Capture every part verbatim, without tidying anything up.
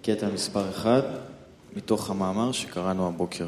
קטע מספר אחד, מתוך המאמר שקראנו הבוקר.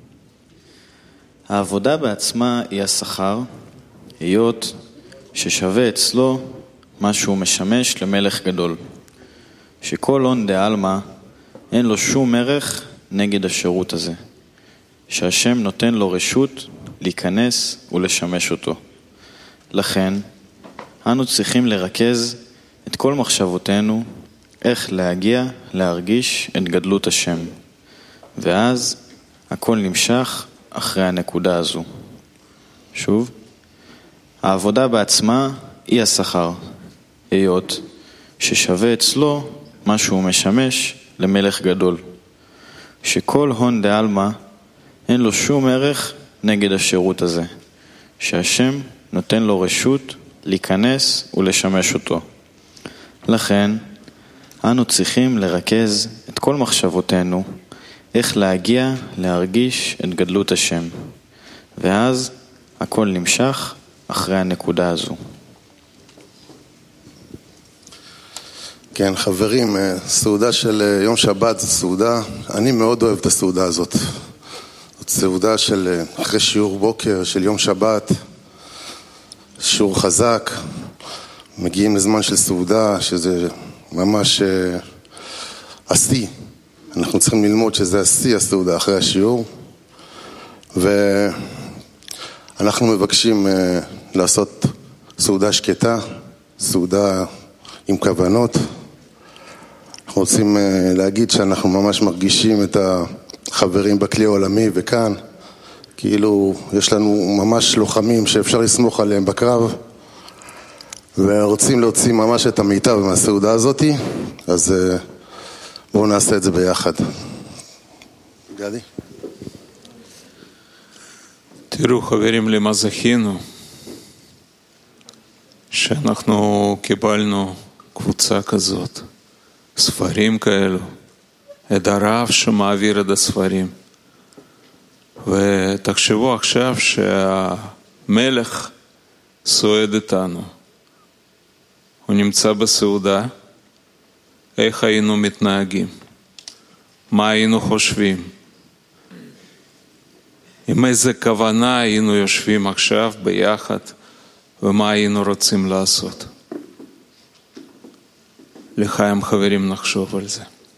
העבודה בעצמה היא השכר, היות ששווה אצלו מה שהוא משמש למלך גדול, שכל הון דעלמא אין לו שום ערך נגד השירות הזה, שהשם נותן לו רשות להיכנס ולשמש אותו. לכן, אנו צריכים לרכז את כל מחשבותינו איך להגיע להרגיש את גדלות השם, ואז הכל נמשך אחרי הנקודה הזו. שוב, העבודה בעצמה היא השכר, היות ששווה אצלו מה שהוא משמש למלך גדול, שכל הון דעלמא אין לו שום ערך נגד השירות הזה, שהשם נותן לו רשות להיכנס ולשמש אותו. לכן, אנו צריכים לרכז את כל מחשבותינו איך להגיע להרגיש את גדלות השם, ואז הכל נמשך אחרי הנקודה הזו. כן, חברים, סעודה של יום שבת זו סעודה, אני מאוד אוהב את הסעודה הזאת. זאת סעודה של אחרי שיעור בוקר של יום שבת, שיעור חזק, מגיעים לזמן של סעודה שזה ממש עשי. אנחנו צריכים ללמוד שזה עשי הסעודה אחרי השיעור, ואנחנו מבקשים לעשות סעודה שקטה, סעודה עם כוונות. אנחנו רוצים להגיד שאנחנו ממש מרגישים את החברים בכלי העולמי וכאן, כאילו יש לנו ממש לוחמים שאפשר לסמוך עליהם בקרב, ורוצים להוציא ממש את המיטב מהסעודה הזאת, אז בואו נעשה את זה ביחד. גדי? תראו חברים, למה זכינו שאנחנו קיבלנו קבוצה כזאת, ספרים כאלו, את הרב שמעביר את הספרים. ותחשבו עכשיו שהמלך סועד איתנו, הוא נמצא בסעודה, איך היינו מתנהגים, מה היינו חושבים, עם איזה כוונה היינו יושבים עכשיו ביחד, ומה היינו רוצים לעשות. לחיים חברים נחשוב על זה.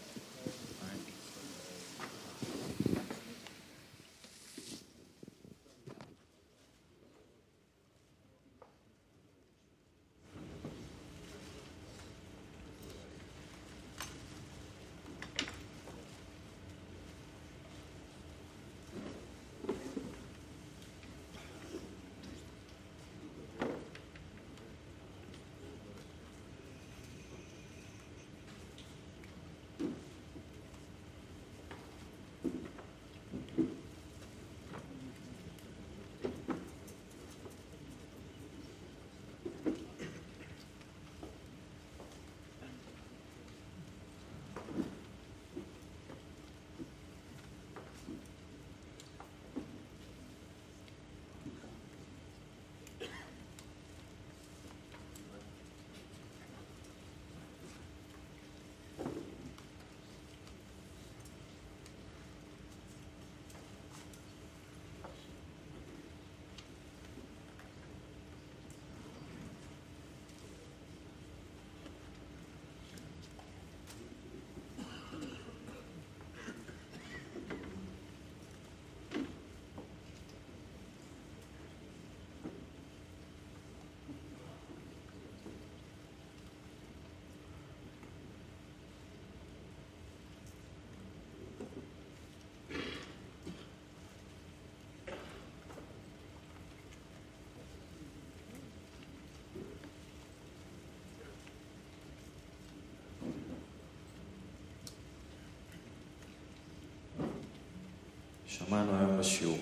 שמענו היום בשיעור.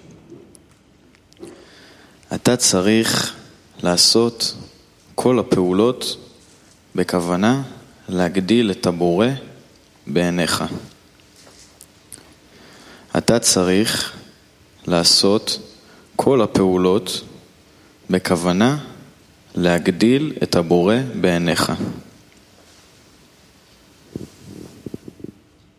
אתה צריך לעשות כל הפעולות בכוונה להגדיל את הבורא בעיניך. אתה צריך לעשות כל הפעולות בכוונה להגדיל את הבורא בעיניך.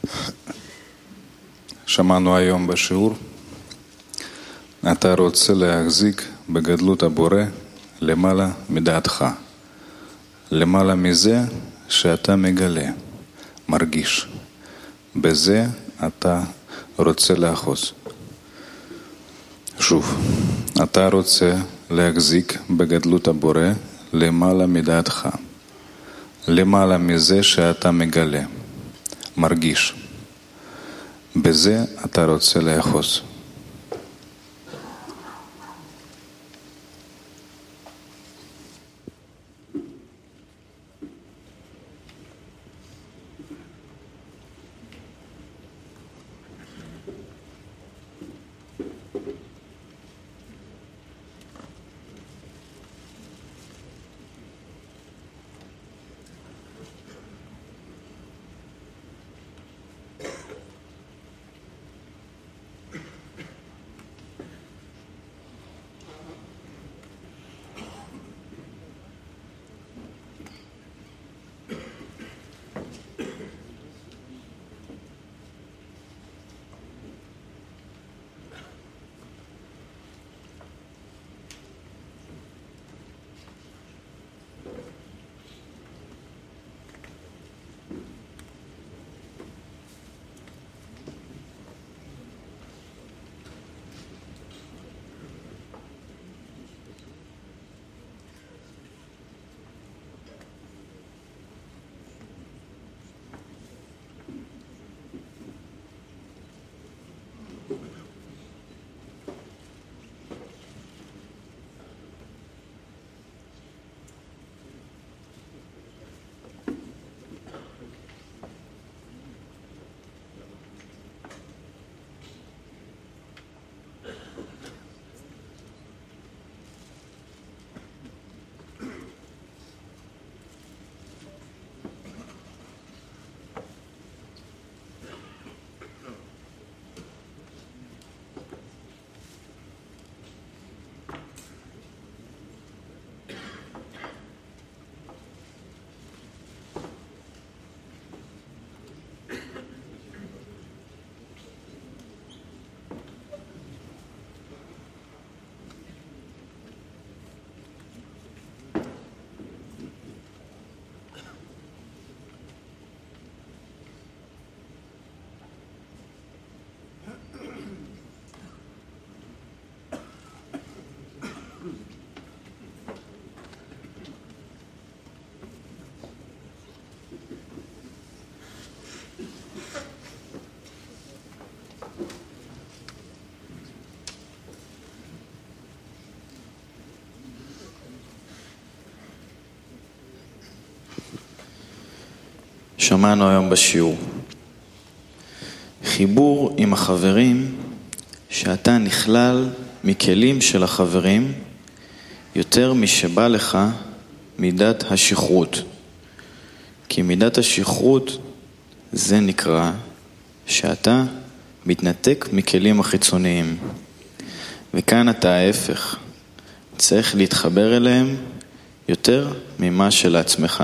שמענו היום בשיעור, אתה רוצה להחזיק בגדלות הבורא למעלה מדעתך, למעלה מזה שאתה מגלה, מרגיש. בזה אתה רוצה לאחוז. שוב, אתה רוצה להחזיק בגדלות הבורא למעלה מדעתך, למעלה מזה שאתה מגלה, מרגיש. בזה אתה רוצה לאחוז. שמענו היום בשיעור. חיבור עם החברים, שאתה נכלל מכלים של החברים, יותר משבא לך מידת השכרות. כי מידת השכרות זה נקרא שאתה מתנתק מכלים החיצוניים. וכאן אתה ההפך. צריך להתחבר אליהם יותר ממה שלעצמך.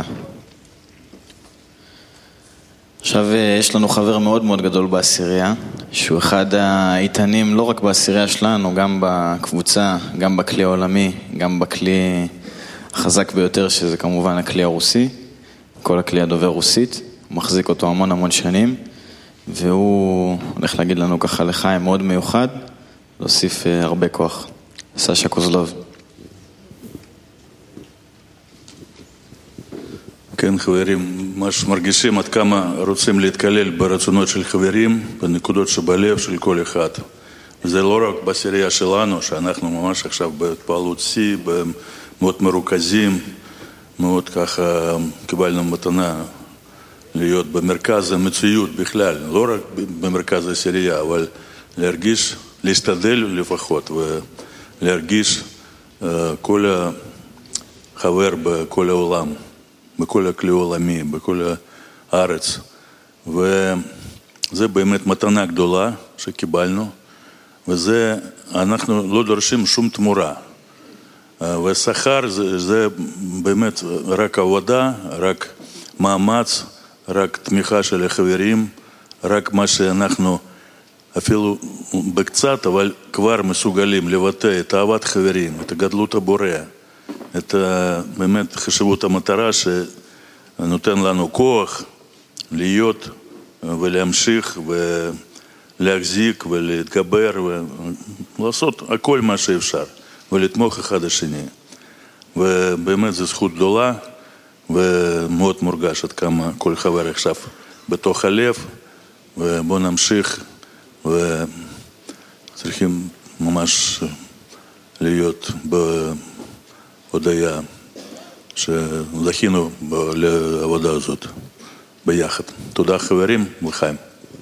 עכשיו יש לנו חבר מאוד מאוד גדול בעשירייה, שהוא אחד האיתנים לא רק בעשירייה שלנו, גם בקבוצה, גם בכלי העולמי, גם בכלי החזק ביותר, שזה כמובן הכלי הרוסי, כל הכלי הדובר רוסית, הוא מחזיק אותו המון המון שנים, והוא הולך להגיד לנו ככה לחיים מאוד מיוחד, להוסיף הרבה כוח. סשה קוזלוב. כן, חברים, מה שמרגישים עד כמה רוצים להתקלל ברצונות של חברים, בנקודות שבלב של כל אחד. זה לא רק בעשירייה שלנו, שאנחנו ממש עכשיו בהתפעלות שיא, מאוד מרוכזים, מאוד ככה קיבלנו מתנה להיות במרכז המציאות בכלל, לא רק במרכז העשירייה, אבל להרגיש, להשתדל לפחות, ולהרגיש כל החבר בכל העולם. בכל הכלי העולמי, בכל הארץ. וזה באמת מתנה גדולה שקיבלנו, וזה, אנחנו לא דורשים שום תמורה. ושכר זה, זה באמת רק עבודה, רק מאמץ, רק תמיכה של החברים, רק מה שאנחנו אפילו בקצת, אבל כבר מסוגלים לבטא את אהבת חברים, את גדלות הבורא, את באמת חשיבות המטרה שנותן לנו כוח להיות ולהמשיך ולהחזיק ולהתגבר ולעשות הכל מה שאפשר ולתמוך אחד השני. ובאמת זו זכות גדולה ומאוד מורגש עד כמה כל חבר עכשיו בתוך הלב, ובואו נמשיך וצריכים ממש להיות בהודעה שזכינו לעבודה הזאת ביחד. תודה חברים וחיים.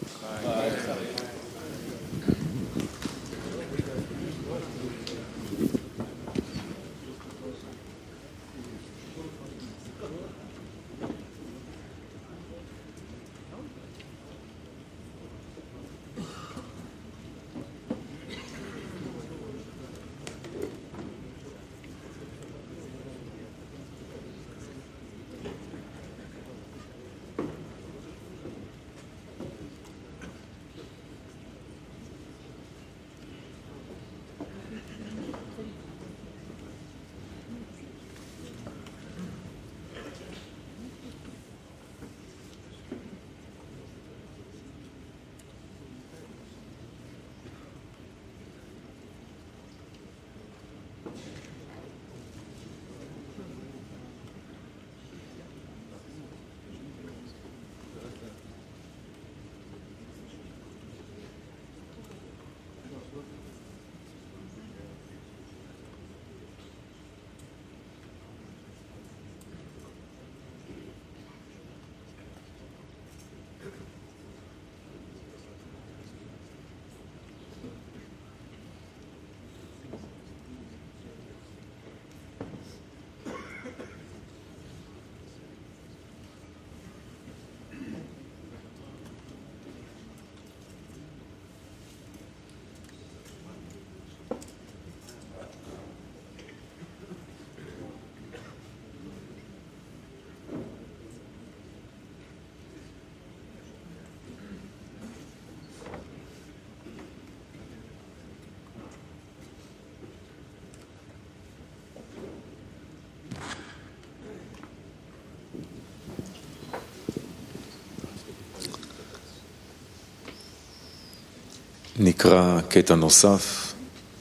נקרא קטע נוסף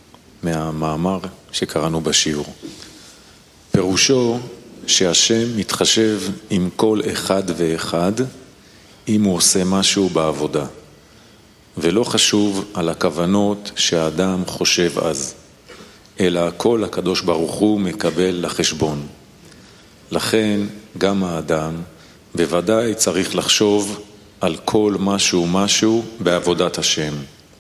מהמאמר שקראנו בשיעור. פירושו שהשם מתחשב עם כל אחד ואחד אם הוא עושה משהו בעבודה, ולא חשוב על הכוונות שהאדם חושב אז, אלא הכל הקדוש ברוך הוא מקבל לחשבון. לכן גם האדם בוודאי צריך לחשוב על כל משהו משהו בעבודת השם,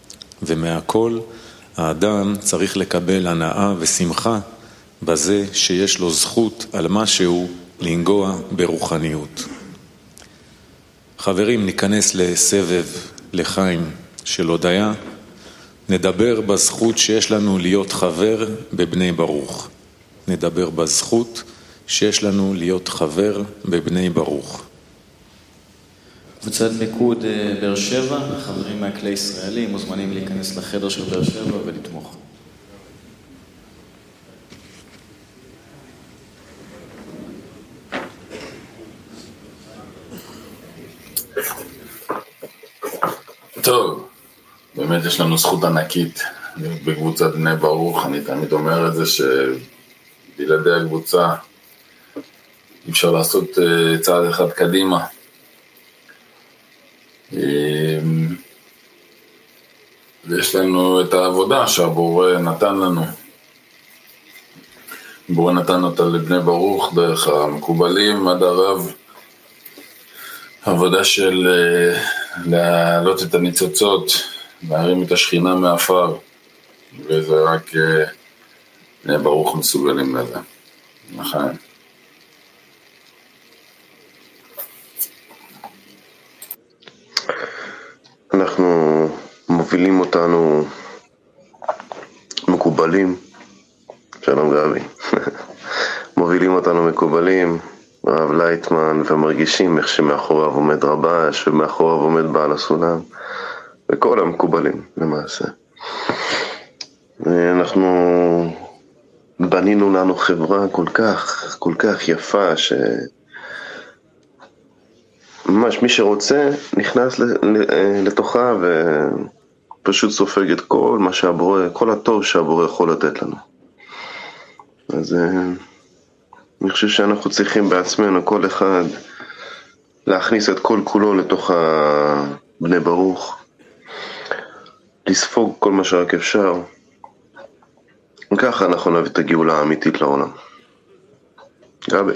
ומהכל האדם צריך לקבל הנאה ושמחה בזה שיש לו זכות על משהו לנגוע ברוחניות. חברים, ניכנס לסבב לחיים של הודיה. נדבר בזכות שיש לנו להיות חבר בבני ברוך. נדבר בזכות שיש לנו להיות חבר בבני ברוך. קבוצת מיקוד באר שבע, חברים מהכלי ישראלי, מוזמנים להיכנס לחדר של באר שבע ולתמוך. טוב, באמת יש לנו זכות ענקית בקבוצת בני ברוך. אני תמיד אומר את זה שבלעדי הקבוצה אי אפשר לעשות צעד אחד קדימה. ויש לנו את העבודה שהבורא נתן לנו. הבורא נתן אותה לבני ברוך דרך המקובלים עד הרב. עבודה של להעלות את הניצוצות, להרים את השכינה מאפר, וזה רק בני ברוך מסוגלים לזה. נכון. אנחנו מובילים אותנו מקובלים, שלום גבי, מובילים אותנו מקובלים, הרב לייטמן ומרגישים איך שמאחוריו עומד רבש ומאחוריו עומד בעל הסולם וכל המקובלים למעשה. אנחנו בנינו לנו חברה כל כך, כל כך יפה ש... ממש מי שרוצה נכנס לתוכה ופשוט סופג את כל מה שהבורא, כל הטוב שהבורא יכול לתת לנו. אז אני חושב שאנחנו צריכים בעצמנו כל אחד להכניס את כל כולו לתוך בני ברוך, לספוג כל מה שרק אפשר, וככה אנחנו נביא את הגאולה האמיתית לעולם. גבי.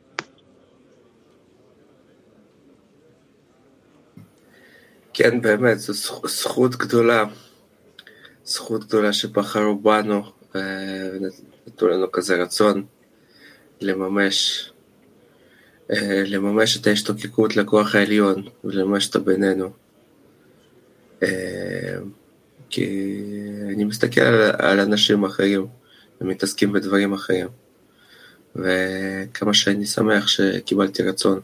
כן, באמת, זו זכות גדולה, זכות גדולה שבחרו בנו, ונתנו לנו כזה רצון לממש, לממש את ההשתוקקות לכוח העליון, ולממש אותה בינינו. כי אני מסתכל על, על אנשים אחרים, ומתעסקים בדברים אחרים, וכמה שאני שמח שקיבלתי רצון.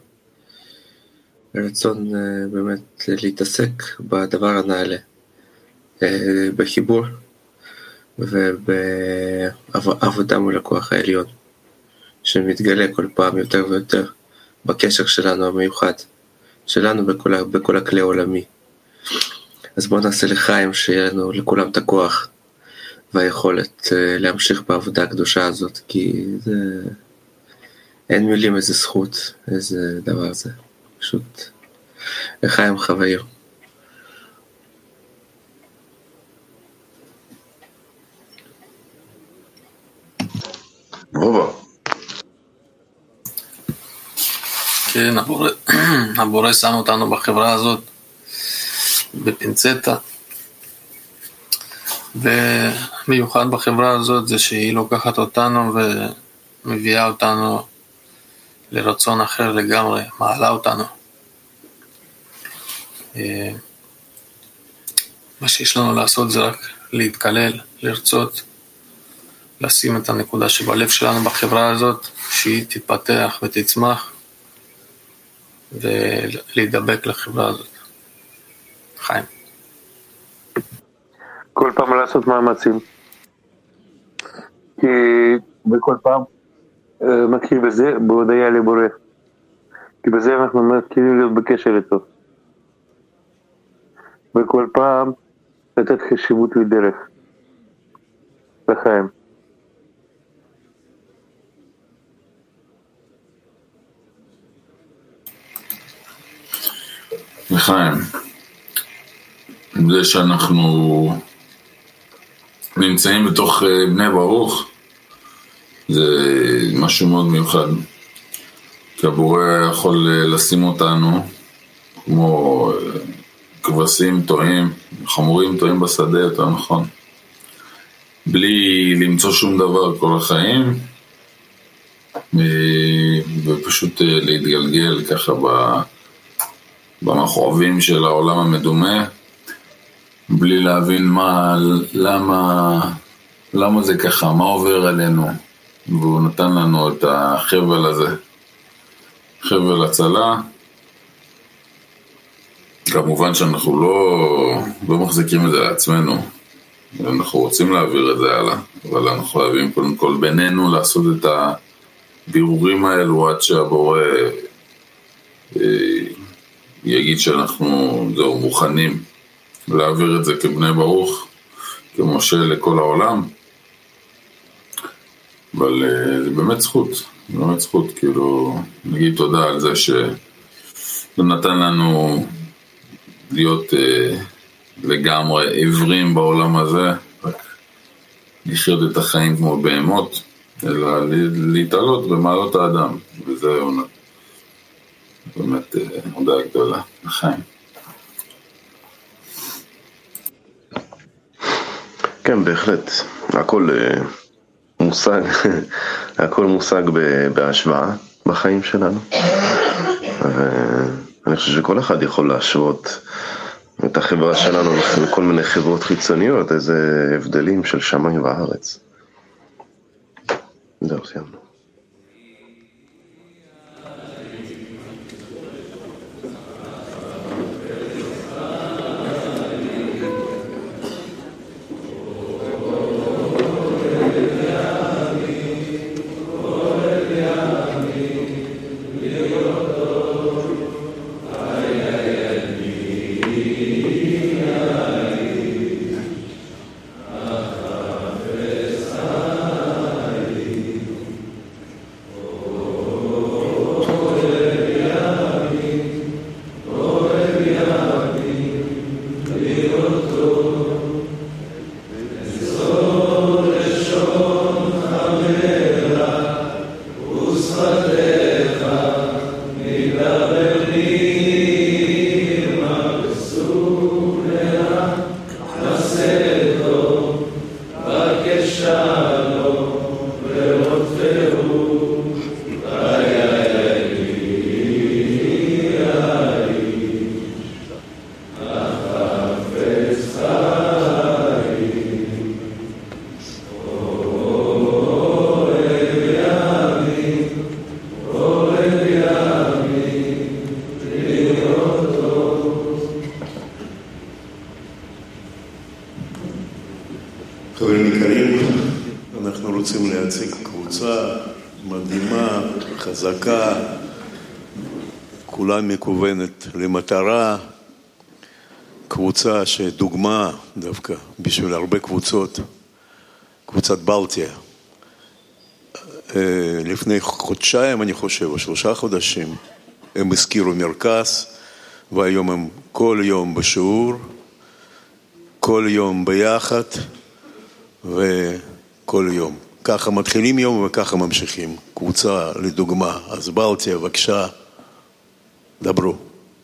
רצון באמת להתעסק בדבר הנעלה, בחיבור ובעבודה מול הכוח העליון, שמתגלה כל פעם יותר ויותר בקשר שלנו המיוחד, שלנו בכל, בכל הכלי העולמי. אז בואו נעשה לחיים שיהיה לנו לכולם את הכוח והיכולת להמשיך בעבודה הקדושה הזאת, כי זה... אין מילים איזה זכות, איזה דבר זה. פשוט לחיים חוויה. רובה. כן, הבורא, הבורא שם אותנו בחברה הזאת בפינצטה, ומיוחד בחברה הזאת זה שהיא לוקחת אותנו ומביאה אותנו לרצון אחר לגמרי, מעלה אותנו. מה שיש לנו לעשות זה רק להתקלל, לרצות, לשים את הנקודה שבלב שלנו בחברה הזאת, שהיא תתפתח ותצמח, ולהידבק לחברה הזאת. חיים. כל פעם לעשות מאמצים. כי בכל פעם מתחיל בזה, בהודעה לבורא. כי בזה אנחנו מתחילים להיות בקשר איתו. וכל פעם לתת חשיבות לדרך. לחיים. לחיים. זה שאנחנו נמצאים בתוך בני ברוך, זה משהו מאוד מיוחד. כי הבורא יכול לשים אותנו כמו כבשים טועים, חמורים טועים בשדה, יותר נכון. בלי למצוא שום דבר כל החיים, ופשוט להתגלגל ככה במחרובים של העולם המדומה, בלי להבין מה, למה, למה זה ככה, מה עובר עלינו. והוא נתן לנו את החבל הזה, חבל הצלה. כמובן שאנחנו לא, לא מחזיקים את זה לעצמנו, אנחנו רוצים להעביר את זה הלאה, אבל אנחנו חייבים קודם כל בינינו לעשות את הבירורים האלו עד שהבורא יגיד שאנחנו זהו, מוכנים להעביר את זה כבני ברוך, כמשה לכל העולם. אבל זה באמת זכות, זה באמת זכות, כאילו נגיד תודה על זה שזה נתן לנו להיות אה, לגמרי עיוורים בעולם הזה, רק לחיות את החיים כמו בהמות, אלא להתעלות במעלות האדם, וזה באמת אה, הודעה גדולה לחיים. כן, בהחלט, הכל אה, מושג, הכל מושג בהשוואה בחיים שלנו, ואני חושב שכל אחד יכול להשוות את החברה שלנו לכל מיני חברות חיצוניות, איזה הבדלים של שמיים וארץ. זהו, סיימנו. רוצים להציג קבוצה מדהימה, חזקה, כולה מכוונת למטרה, קבוצה שדוגמה דווקא בשביל הרבה קבוצות, קבוצת בלטיה. לפני חודשיים, אני חושב, או שלושה חודשים, הם הזכירו מרכז, והיום הם כל יום בשיעור, כל יום ביחד, וכל יום. ככה מתחילים יום וככה ממשיכים. קבוצה לדוגמה. אז בלטיה, בבקשה, דברו.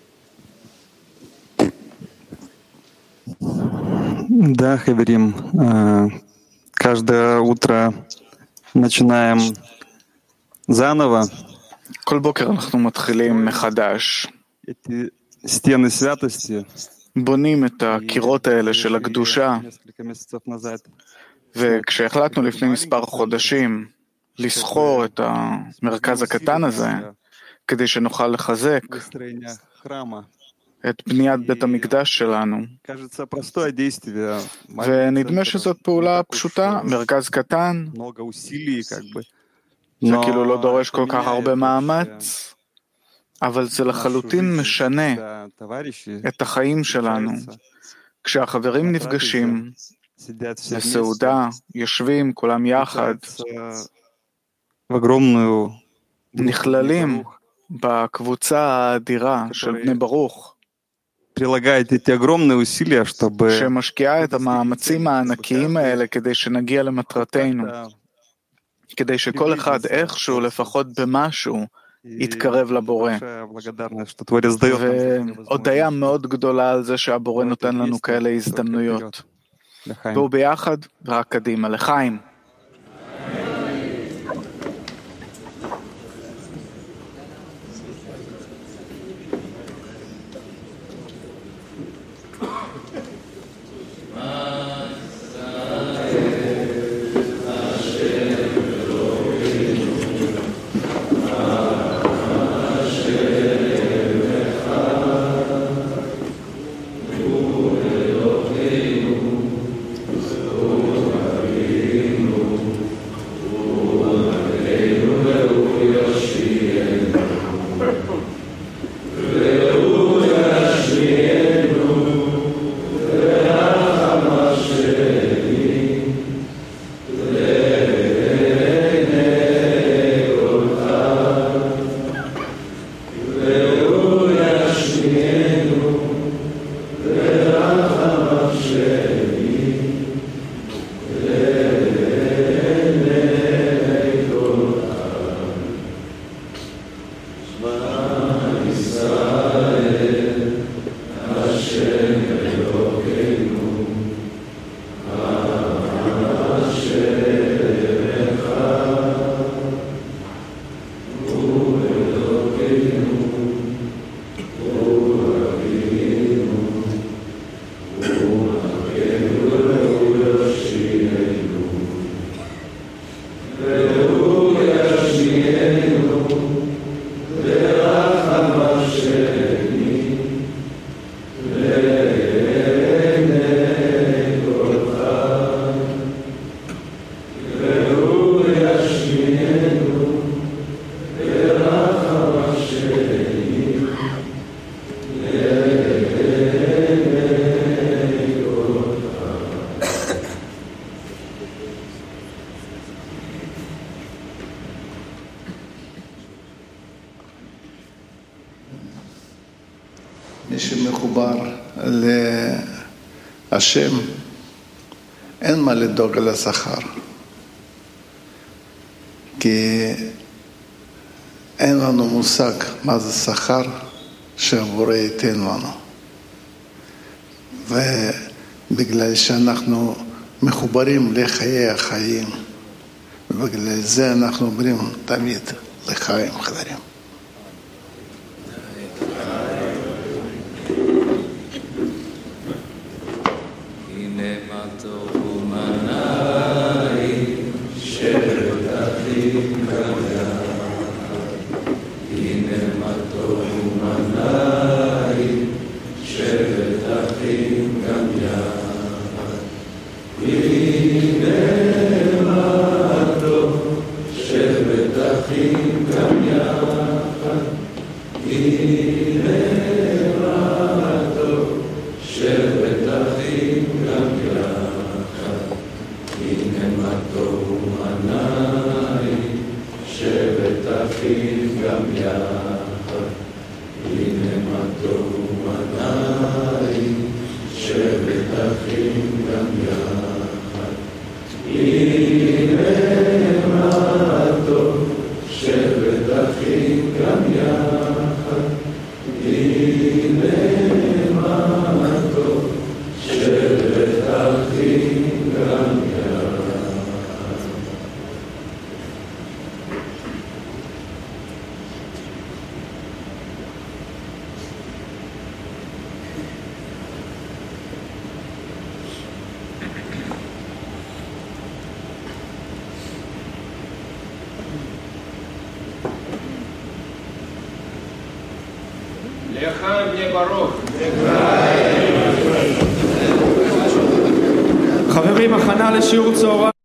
Да, Хаверим, каждое утро начинаем заново. כל בוקר אנחנו מתחילים מחדש. Эти стены святости. בונים את הקירות האלה של הקדושה. וכשהחלטנו לפני מספר חודשים לסחור את המרכז הקטן הזה, כדי שנוכל לחזק את בניית בית המקדש שלנו. ונדמה שזאת פעולה פשוטה, מרכז קטן, זה כאילו לא דורש כל כך הרבה מאמץ, אבל זה לחלוטין משנה את החיים שלנו. כשהחברים נפגשים בסעודה, יושבים כולם יחד, נכללים בקבוצה האדירה של בני ברוך, שמשקיעה את המאמצים הענקיים האלה כדי שנגיע למטרתנו, כדי שכל אחד איכשהו לפחות במשהו יתקרב לבורא. והודיה מאוד גדולה על זה שהבורא נותן לנו כאלה הזדמנויות. והוא ביחד רק קדימה, לחיים. מי שמחובר להשם, אין מה לדאוג על השכר. כי אין לנו מושג מה זה שכר שהבורא ייתן לנו. ובגלל שאנחנו מחוברים לחיי החיים, ובגלל זה אנחנו אומרים תמיד לחיים חברים. Amen. חברים, הכנה לשיעור צהריים.